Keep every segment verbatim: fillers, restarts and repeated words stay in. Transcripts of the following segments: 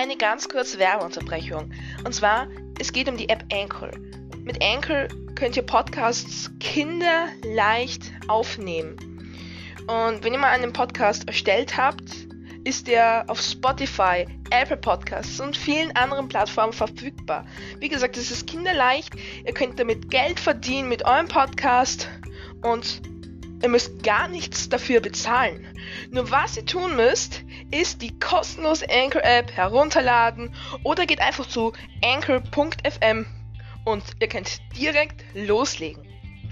eine ganz kurze Werbeunterbrechung. Und zwar, es geht um die App Anchor. Mit Anchor könnt ihr Podcasts kinderleicht aufnehmen. Und wenn ihr mal einen Podcast erstellt habt, ist der auf Spotify, Apple Podcasts und vielen anderen Plattformen verfügbar. Wie gesagt, es ist kinderleicht. Ihr könnt damit Geld verdienen mit eurem Podcast und ihr müsst gar nichts dafür bezahlen. Nur was ihr tun müsst, ist die kostenlose Anchor-App herunterladen oder geht einfach zu anchor punkt f m und ihr könnt direkt loslegen.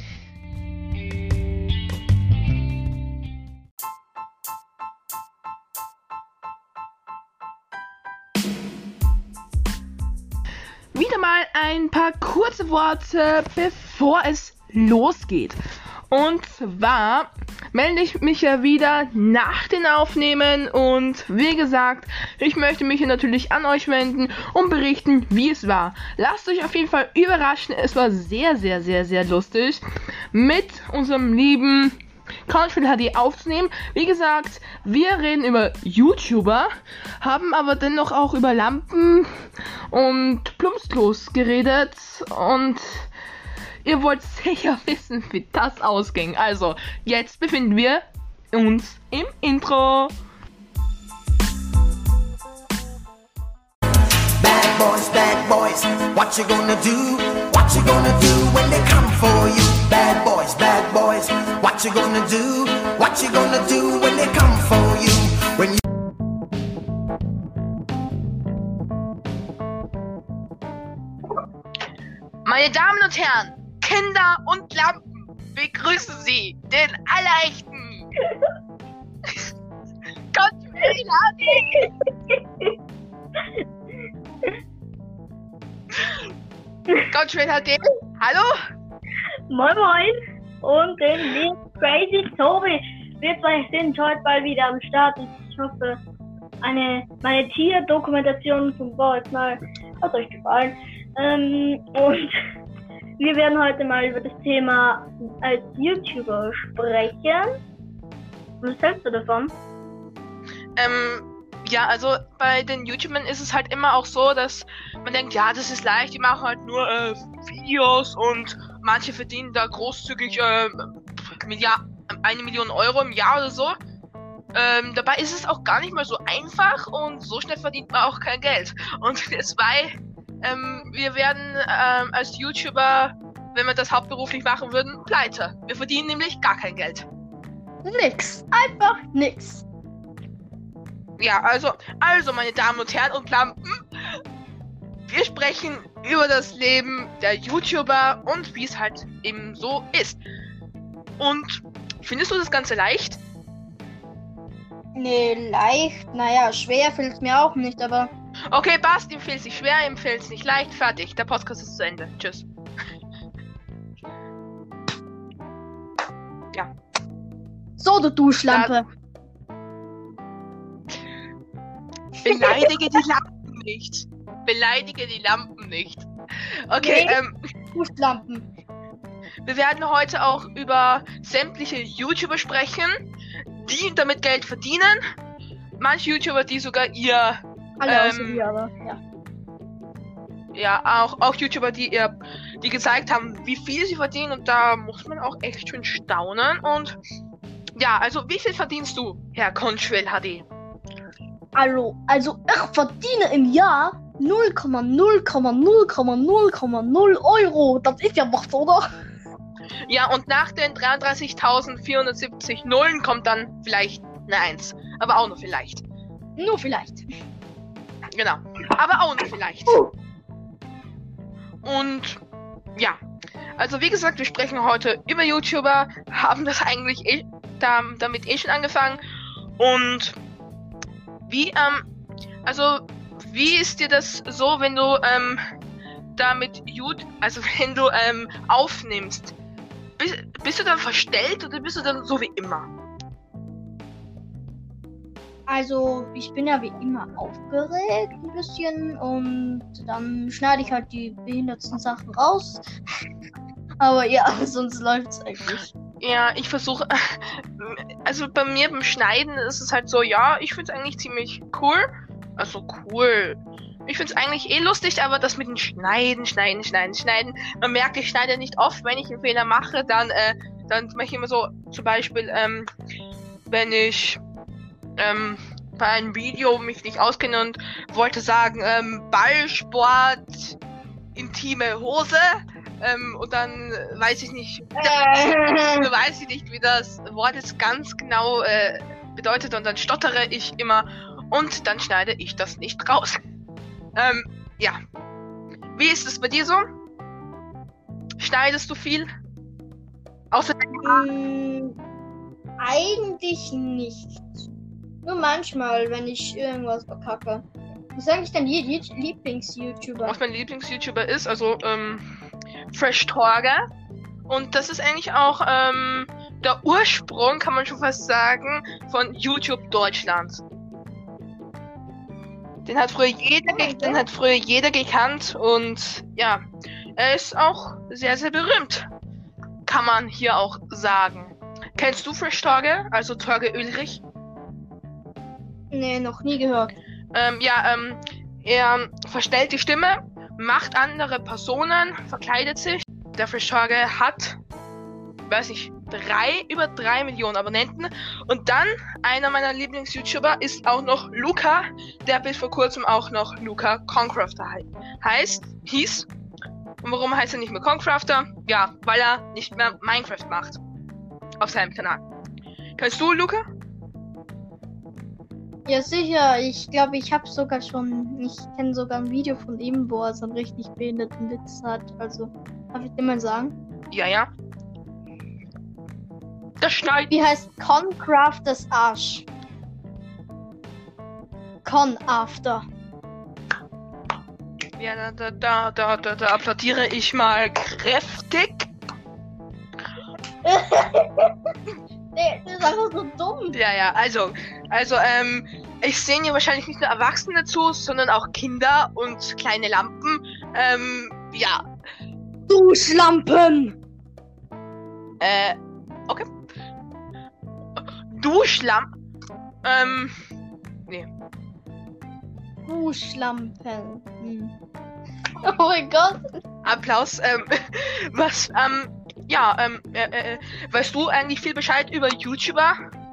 Wieder mal ein paar kurze Worte, bevor es losgeht. Und zwar melde ich mich ja wieder nach den Aufnehmen und wie gesagt, ich möchte mich hier natürlich an euch wenden und berichten, wie es war. Lasst euch auf jeden Fall überraschen, es war sehr, sehr, sehr, sehr lustig mit unserem lieben Control H D aufzunehmen. Wie gesagt, wir reden über YouTuber, haben aber dennoch auch über Lampen und Plumpsklos geredet und ihr wollt sicher wissen, wie das ausging. Also, jetzt befinden wir uns im Intro. Bad boys, bad boys, what you gonna do? What you gonna do when they come for you? Bad boys, bad boys, what you gonna do? What you gonna do when they come for you? When you Meine Damen und Herren, Kinder und Lampen, begrüßen Sie den Allerechten Control H D. Control H D, hallo? Moin Moin und den lieben Crazy Tobi. Wir zwei sind heute mal wieder am Start. Ich hoffe, eine, meine Tierdokumentation von Boris mal hat euch gefallen. Ähm, und wir werden heute mal über das Thema als YouTuber sprechen. Was hältst du davon? Ähm, ja, also bei den YouTubern ist es halt immer auch so, dass man denkt, ja, das ist leicht, die machen halt nur äh, Videos und manche verdienen da großzügig äh, Milliard, eine Million Euro im Jahr oder so. Ähm, dabei ist es auch gar nicht mal so einfach und so schnell verdient man auch kein Geld. Und wir zwei, ähm, wir werden ähm, als YouTuber, wenn wir das hauptberuflich machen würden, pleite. Wir verdienen nämlich gar kein Geld. Nix. Einfach nix. Ja, also, also meine Damen und Herren und Lampen, wir sprechen über das Leben der YouTuber und wie es halt eben so ist. Und findest du das Ganze leicht? Nee, leicht. Naja, schwer fällt es mir auch nicht, aber... Okay, Basti empfiehlt sich schwer, empfiehlt es nicht leicht, fertig. Der Podcast ist zu Ende. Tschüss. Ja. So, du Duschlampe. Beleidige die Lampen nicht. Beleidige die Lampen nicht. Okay, Nee. ähm, Duschlampen. wir werden heute auch über sämtliche YouTuber sprechen, die damit Geld verdienen. Manche YouTuber, die sogar ihr, Alle Ähm, außer wir, aber ja. ja, auch, auch YouTuber, die ihr, die gezeigt haben, wie viel sie verdienen und da muss man auch echt schön staunen und ja, also wie viel verdienst du, Herr Control H D? Hallo, also ich verdiene im Jahr null Komma null Komma null Komma null Komma null Euro. Das ist ja was, oder? Ja, und nach den dreiunddreißigtausendvierhundertsiebzig Nullen kommt dann vielleicht eine eins. Aber auch nur vielleicht. Nur vielleicht. Genau. Aber auch nur vielleicht. Und ja. Also wie gesagt, wir sprechen heute über YouTuber, haben das eigentlich eh, da, damit eh schon angefangen. Und wie, ähm, also wie ist dir das so, wenn du ähm, damit YouTube, also wenn du ähm, aufnimmst? Bist, bist du dann verstellt oder bist du dann so wie immer? Also, ich bin ja wie immer aufgeregt ein bisschen und dann schneide ich halt die behindertsten Sachen raus. Aber ja, sonst läuft's eigentlich. Ja, ich versuche, also bei mir beim Schneiden ist es halt so, ja, ich finde es eigentlich ziemlich cool. Also cool. Ich find's eigentlich eh lustig, aber das mit dem Schneiden, Schneiden, Schneiden, Schneiden. Man merkt, ich schneide nicht oft. Wenn ich einen Fehler mache, dann, äh, dann mache ich immer so, zum Beispiel, ähm, wenn ich, ähm, bei einem Video mich nicht auskenne und wollte sagen, ähm, Ballsport, intime Hose, ähm, und dann weiß ich nicht, dann weiß ich nicht, wie das Wort jetzt ganz genau, äh, bedeutet und dann stottere ich immer und dann schneide ich das nicht raus. Ähm, ja. Wie ist es bei dir so? Schneidest du viel? Außer Mm, eigentlich nicht. Nur manchmal, wenn ich irgendwas verkacke. Was ist eigentlich dein Lie- Lie- Lieblings-YouTuber? was mein Lieblings-YouTuber ist, also ähm, Fresh Torge. Und das ist eigentlich auch ähm, der Ursprung, kann man schon fast sagen, von YouTube Deutschland. Den hat früher jeder, ge- den hat früher jeder gekannt und ja, er ist auch sehr, sehr berühmt, kann man hier auch sagen. Kennst du Fresh Torge, also Torge Ulrich? Nee, noch nie gehört. Ähm, ja, ähm, er verstellt die Stimme, macht andere Personen, verkleidet sich. Der Fresh Torge hat, weiß ich, drei, über drei Millionen Abonnenten. Und dann, einer meiner Lieblings-YouTuber ist auch noch Luca, der bis vor kurzem auch noch Luca Concrafter he heißt, hieß. Und warum heißt er nicht mehr Concrafter? Ja, weil er nicht mehr Minecraft macht. Auf seinem Kanal. Kennst du Luca? Ja, sicher. Ich glaube, ich habe sogar schon. Ich kenne sogar ein Video von ihm, wo er so einen richtig behinderten Witz hat. Also, darf ich dir mal sagen? Ja, ja. Das schneit. Wie heißt Concrafters Arsch? Con After. Ja, da, da, da, da, da, da applaudiere ich mal kräftig. Der, der ist einfach so dumm. Ja, ja, also, also, ähm, ich sehe hier wahrscheinlich nicht nur Erwachsene zu, sondern auch Kinder und kleine Lampen. Ähm, ja, Duschlampen! äh, okay. Duschlampen. Ähm, nee. Duschlampen. Hm. Oh mein Gott. Applaus, ähm, was, ähm, ja, ähm, äh, äh, weißt du eigentlich viel Bescheid über YouTuber?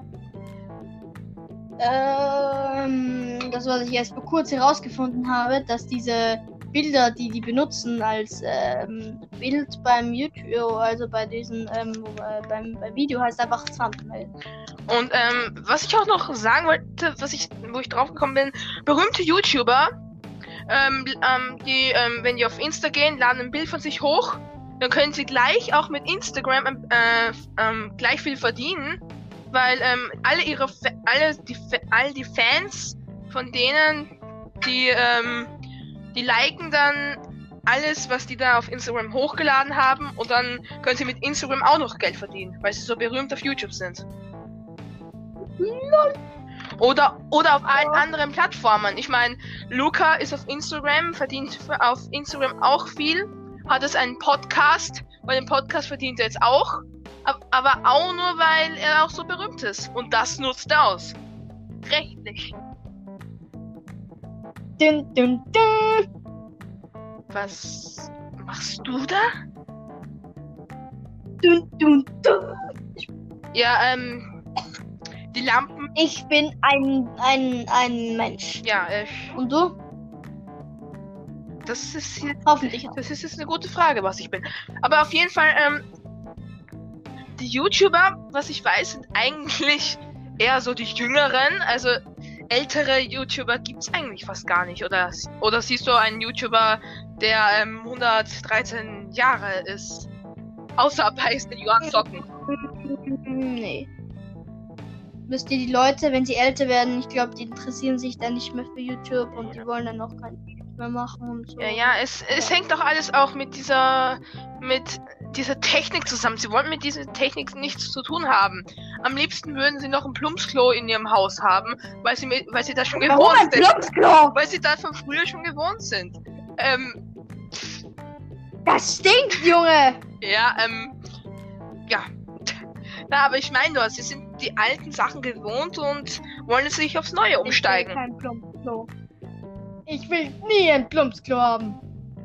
Ähm, das, was ich erst vor kurzem herausgefunden habe, dass diese Bilder, die die benutzen als ähm, Bild beim YouTube, also bei diesen, ähm, äh, beim, beim Video heißt einfach Thumbnail. Und ähm, was ich auch noch sagen wollte, was ich, wo ich drauf gekommen bin, berühmte YouTuber, ähm, ähm, die, ähm, wenn die auf Insta gehen, laden ein Bild von sich hoch, dann können sie gleich auch mit Instagram ähm, äh, ähm, gleich viel verdienen, weil ähm, alle ihre, Fa alle die, Fa all die Fans von denen, die, ähm, die liken dann alles, was die da auf Instagram hochgeladen haben und dann können sie mit Instagram auch noch Geld verdienen, weil sie so berühmt auf YouTube sind. Oder, oder auf allen anderen Plattformen. Ich meine, Luca ist auf Instagram, verdient auf Instagram auch viel, hat es einen Podcast, weil den Podcast verdient er jetzt auch, aber auch nur, weil er auch so berühmt ist. Und das nutzt er aus. Rechtlich. Dun, dun, dun. Was machst du da? Dun, dun, dun. Ja, ähm, die Lampen. Ich bin ein, ein, ein Mensch. Ja, äh, Und du? das ist jetzt, Hoffentlich auch. das ist jetzt eine gute Frage, was ich bin. Aber auf jeden Fall, ähm, die YouTuber, was ich weiß, sind eigentlich eher so die Jüngeren. Also ältere YouTuber gibt's eigentlich fast gar nicht. Oder, oder siehst du einen YouTuber, der ähm, hundertdreizehn Jahre ist? Außer bei Johann Socken. Nee. Wisst ihr, die Leute, wenn sie älter werden, ich glaube, die interessieren sich dann nicht mehr für YouTube und die wollen dann auch kein Videos mehr machen und so. Ja, ja, es, es hängt doch alles auch mit dieser, mit dieser Technik zusammen. Sie wollen mit dieser Technik nichts zu tun haben. Am liebsten würden sie noch ein Plumpsklo in ihrem Haus haben, weil sie, mit, weil sie da schon Warum gewohnt ein sind. Plumpsklo? Weil sie da von früher schon gewohnt sind. Ähm, Das stinkt, Junge! ja, ähm, ja. Na, aber ich meine nur, sie sind die alten Sachen gewohnt und wollen jetzt nicht aufs Neue umsteigen. Ich will kein Plumpsklo. Ich will nie ein Plumpsklo haben.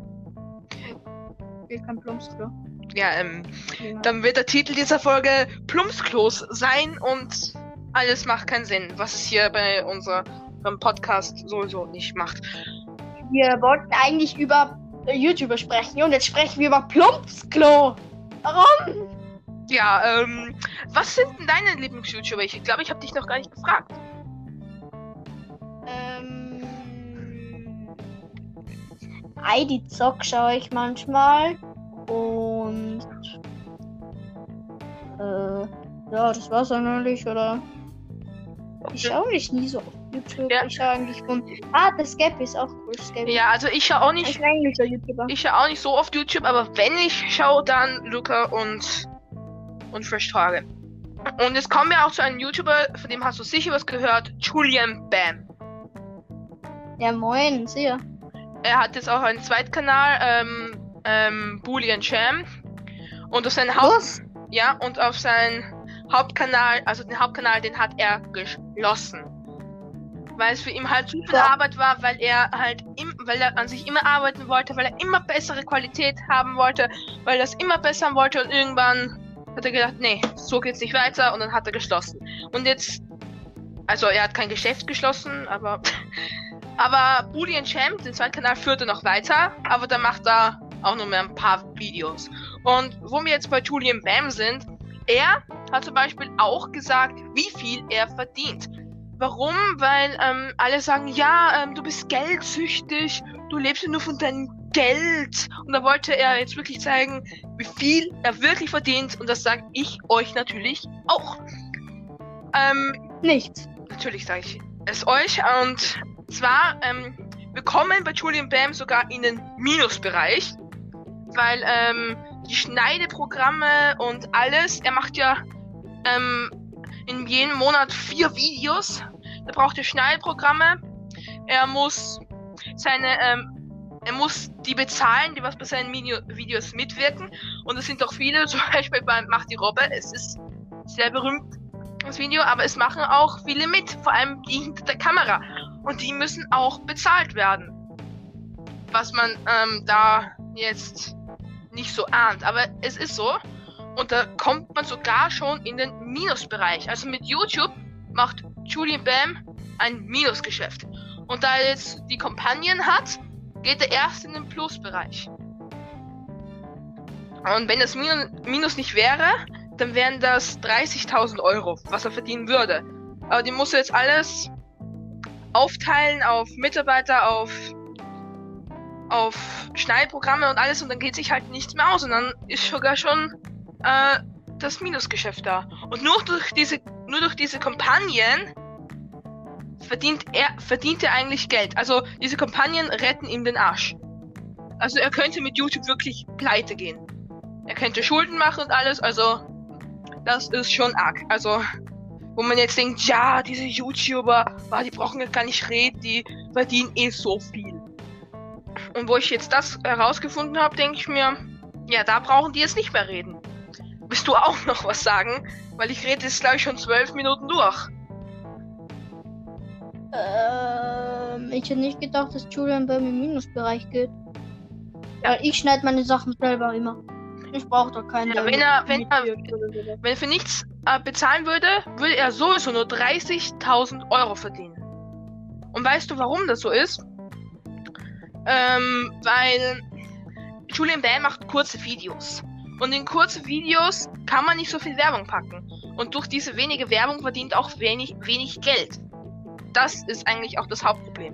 Ich will kein Plumpsklo. Ja, ähm, dann wird der Titel dieser Folge Plumpsklos sein und alles macht keinen Sinn, was es hier bei unserem Podcast sowieso nicht macht. Wir wollten eigentlich über YouTuber sprechen und jetzt sprechen wir über Plumpsklo. Warum? Ja, ähm, was sind denn deine Lieblings-YouTuber? Ich glaube, ich habe dich noch gar nicht gefragt. Ähm. I D Zock schaue ich manchmal. Und. Äh. Ja, das war's eigentlich, oder? Ich schaue nicht nie so auf YouTube. Ja. Ich schaue eigentlich von. Ah, das Gap ist auch cool. Scappy. Ja, also ich schaue auch Ich nicht, bin eigentlich so YouTuber. ich schaue auch nicht so oft YouTube, aber wenn ich schaue, dann Luca und und Fresh Tage. Und jetzt kommen wir auch zu einem YouTuber, von dem hast du sicher was gehört, Julian Bam. Ja, moin, sehr. Er hat jetzt auch einen Zweitkanal, ähm, ähm, Boolean Jam. Und auf seinen Haupt, Was? ja, und auf seinen Hauptkanal, also den Hauptkanal, den hat er geschlossen. Weil es für ihn halt zu viel Ja. Arbeit war, weil er halt im, weil er an sich immer arbeiten wollte, weil er immer bessere Qualität haben wollte, weil er es immer besser wollte und irgendwann hat er gedacht, nee, so geht's nicht weiter und dann hat er geschlossen. Und jetzt, also er hat kein Geschäft geschlossen, aber aber Boolean Champ, den zweiten Kanal, führt er noch weiter, aber da macht er auch nur mehr ein paar Videos. Und wo wir jetzt bei Julian Bam sind, er hat zum Beispiel auch gesagt, wie viel er verdient. Warum? Weil ähm, alle sagen, ja, ähm, du bist geldsüchtig, du lebst ja nur von deinem Geld. Und da wollte er jetzt wirklich zeigen, wie viel er wirklich verdient. Und das sage ich euch natürlich auch. Ähm, Nichts. natürlich sage ich es euch. Und zwar, ähm, wir kommen bei Julian Bam sogar in den Minusbereich. Weil ähm, die Schneideprogramme und alles, er macht ja ähm, in jedem Monat vier Videos. Er braucht ja Schneideprogramme. Er muss seine, ähm, er muss die bezahlen, die was bei seinen Video Videos mitwirken. Und es sind doch viele, zum Beispiel bei Macht die Robbe. Es ist sehr berühmt, das Video, aber es machen auch viele mit. Vor allem die hinter der Kamera. Und die müssen auch bezahlt werden. Was man ähm, da jetzt nicht so ahnt. Aber es ist so. Und da kommt man sogar schon in den Minusbereich. Also mit YouTube macht Julian Bam ein Minusgeschäft. Und da er jetzt die Kampagnen hat, geht er erst in den Plusbereich. Und wenn das Minus, Minus nicht wäre, dann wären das dreißigtausend Euro, was er verdienen würde. Aber die muss er jetzt alles aufteilen auf Mitarbeiter, auf auf Schneidprogramme und alles und dann geht sich halt nichts mehr aus und dann ist sogar schon äh, das Minusgeschäft da. Und nur durch diese, nur durch diese Kampagnen verdient er, verdient er eigentlich Geld. Also diese Kampagnen retten ihm den Arsch. Also er könnte mit YouTube wirklich pleite gehen. Er könnte Schulden machen und alles, also das ist schon arg. Also wo man jetzt denkt, ja, diese YouTuber, ah, die brauchen ja gar nicht reden, die verdienen eh so viel. Und wo ich jetzt das herausgefunden habe, denke ich mir, ja, da brauchen die jetzt nicht mehr reden. Willst du auch noch was sagen? Weil ich rede jetzt, glaube ich, schon zwölf Minuten durch. Ähm, ich hätte nicht gedacht, dass Julian Bam im Minusbereich geht. Weil ich schneide meine Sachen selber immer. Ich brauche doch keinen. Ja, der wenn er, mit- wenn er, mitwirkt. wenn er für nichts äh, bezahlen würde, würde er sowieso nur dreißigtausend Euro verdienen. Und weißt du, warum das so ist? Ähm, weil Julian Bam macht kurze Videos. Und in kurze Videos kann man nicht so viel Werbung packen. Und durch diese wenige Werbung verdient auch wenig, wenig Geld. Das ist eigentlich auch das Hauptproblem.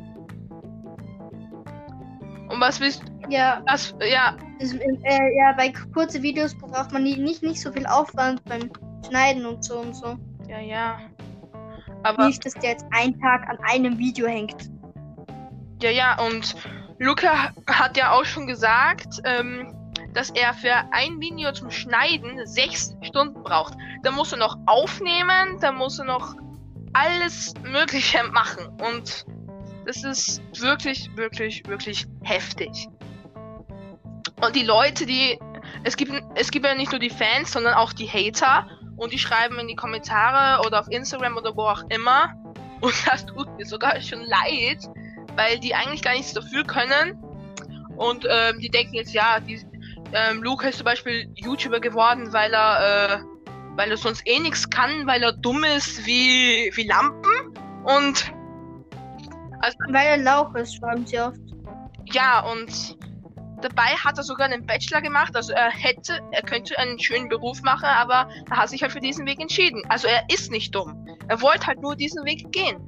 Und was willst Ja, was, ja, es, äh, ja, bei kurzen Videos braucht man nie- nicht, nicht so viel Aufwand beim Schneiden und so und so. ja, ja. Aber, Nicht, dass der jetzt einen Tag an einem Video hängt. ja, ja, und Luca hat ja auch schon gesagt, ähm, dass er für ein Video zum Schneiden sechs Stunden braucht. Da muss er noch aufnehmen, da muss er noch alles Mögliche machen. Und das ist wirklich, wirklich, wirklich heftig. Und die Leute, die... Es gibt, es gibt ja nicht nur die Fans, sondern auch die Hater. Und die schreiben in die Kommentare oder auf Instagram oder wo auch immer. Und das tut mir sogar schon leid, weil die eigentlich gar nichts dafür können. Und ähm, die denken jetzt, ja, die, ähm, Luca ist zum Beispiel YouTuber geworden, weil er, äh, weil er sonst eh nichts kann, weil er dumm ist wie, wie Lampen. Und also, Weil er Lauch ist, schreiben sie oft. ja, und dabei hat er sogar einen Bachelor gemacht, also er hätte, er könnte einen schönen Beruf machen, aber er hat sich halt für diesen Weg entschieden. Also er ist nicht dumm. Er wollte halt nur diesen Weg gehen.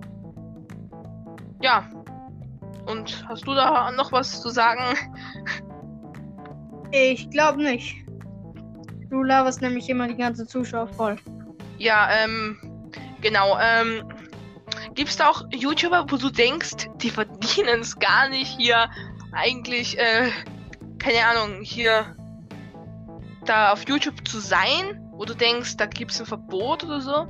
Ja. Und hast du da noch was zu sagen? Ich glaube nicht. Du laberst nämlich immer die ganze Zuschauer voll. Ja, ähm, genau, ähm, gibt's da auch YouTuber, wo du denkst, die verdienen es gar nicht hier eigentlich, äh, keine Ahnung, hier da auf YouTube zu sein? Wo du denkst, da gibt's ein Verbot oder so?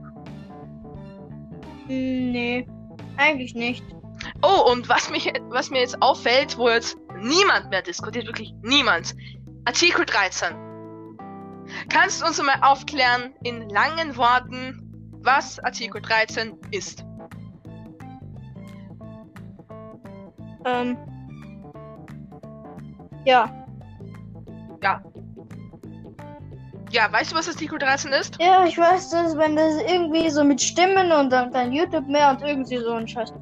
Hm, nee, eigentlich nicht. Oh, und was mich, was mir jetzt auffällt, wo jetzt niemand mehr diskutiert, wirklich niemand. Artikel dreizehn. Kannst du uns mal aufklären in langen Worten, was Artikel dreizehn ist? Ähm. Ja. Ja. Ja, weißt du, was Artikel dreizehn ist? Ja, ich weiß das, wenn das irgendwie so mit Stimmen und dann dein YouTube mehr und irgendwie so ein Scheiß.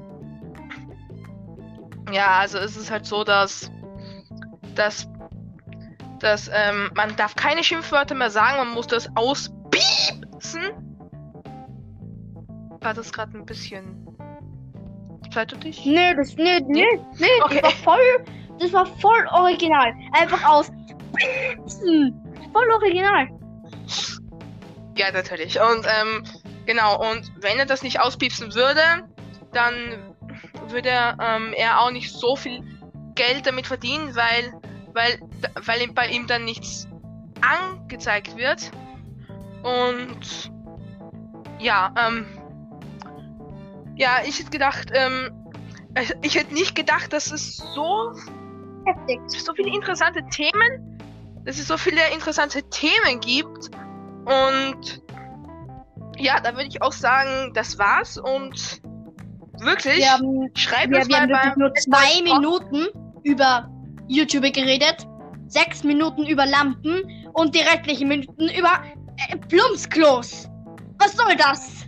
Ja, also es ist halt so, dass, dass, dass ähm, man darf keine Schimpfwörter mehr sagen, man muss das auspiepsen. War das gerade ein bisschen zweideutig? Nee, das, nee, nee, nee, Okay. das war voll, das war voll original. Einfach aus. Voll original. Ja, natürlich. Und ähm, genau, und wenn er das nicht auspiepsen würde, dann würde ähm, er auch nicht so viel Geld damit verdienen, weil, weil, weil ihm bei ihm dann nichts angezeigt wird. Und ja, ähm, ja, ich hätte gedacht, ähm, ich hätte nicht gedacht, dass es so, Heftig. so viele interessante Themen, dass es so viele interessante Themen gibt. Und ja, da würde ich auch sagen, das war's. Und wirklich, Wir haben, schreibt wir, uns wir mal haben wirklich beim nur zwei Minuten über YouTube geredet, sechs Minuten über Lampen und die restlichen Minuten über äh, Plumpsklos. Was soll das?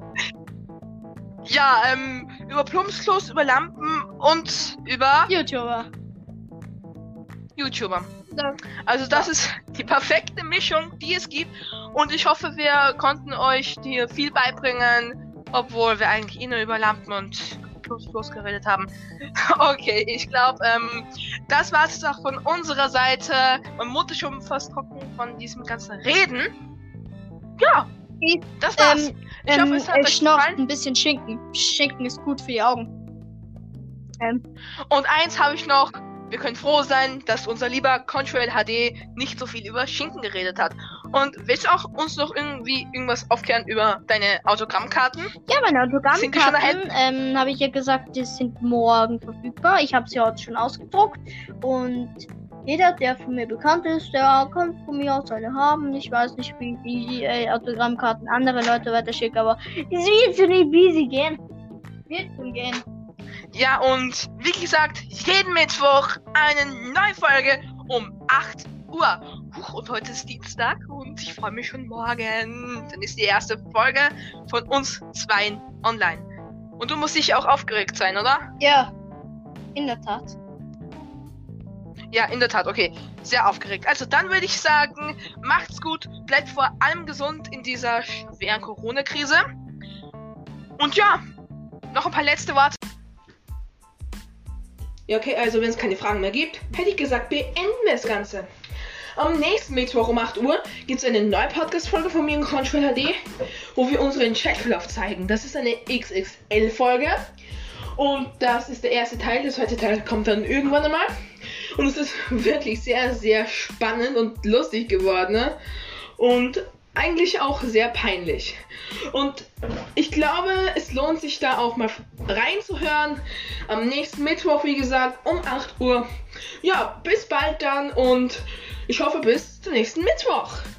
Ja, ähm, über Plumpsklos, über Lampen und über YouTuber. YouTuber. Da- Also das ist die perfekte Mischung, die es gibt. Und ich hoffe, wir konnten euch dir viel beibringen, obwohl wir eigentlich eh nur über Lampen und Plumpsklos geredet haben. Okay, ich glaube, ähm, das war es auch von unserer Seite. Mein Mund ist schon fast trocken von diesem ganzen Reden. Ja, das war's. Ähm, Ich hoffe, ähm, es hat euch es schnorcht gefallen. ein bisschen Schinken. Schinken ist gut für die Augen. Ähm, Und eins habe ich noch. Wir können froh sein, dass unser lieber Contrail H D nicht so viel über Schinken geredet hat. Und willst du auch uns noch irgendwie irgendwas aufklären über deine Autogrammkarten? ja, meine Sind die schon Autogrammkarten, ähm, habe ich ja gesagt, die sind morgen verfügbar. Ich habe sie heute schon ausgedruckt. Und jeder, der von mir bekannt ist, der kann von mir aus eine haben. Ich weiß nicht, wie die äh, Autogrammkarten andere Leute weiterschicken, aber es wird schon nicht easy gehen. Wird schon gehen. Ja, und wie gesagt, jeden Mittwoch eine neue Folge um acht Uhr. Huch, und heute ist Dienstag und ich freue mich schon morgen. Dann ist die erste Folge von uns zweien online. Und du musst sicher auch aufgeregt sein, oder? Ja, in der Tat. Ja, in der Tat, okay. Sehr aufgeregt. Also dann würde ich sagen, macht's gut, bleibt vor allem gesund in dieser schweren Corona-Krise. Und ja, noch ein paar letzte Worte. Ja, okay, also wenn es keine Fragen mehr gibt, hätte ich gesagt, beenden wir das Ganze. Am nächsten Mittwoch um acht Uhr gibt es eine neue Podcast-Folge von mir und Contrail H D, wo wir unseren Chatverlauf zeigen. Das ist eine X X L-Folge. Und das ist der erste Teil. Der zweite Teil kommt dann irgendwann einmal. Und es ist wirklich sehr, sehr spannend und lustig geworden. Ne? Und eigentlich auch sehr peinlich. Und ich glaube, es lohnt sich da auch mal reinzuhören. Am nächsten Mittwoch, wie gesagt, um acht Uhr. Ja, bis bald dann und ich hoffe bis zum nächsten Mittwoch.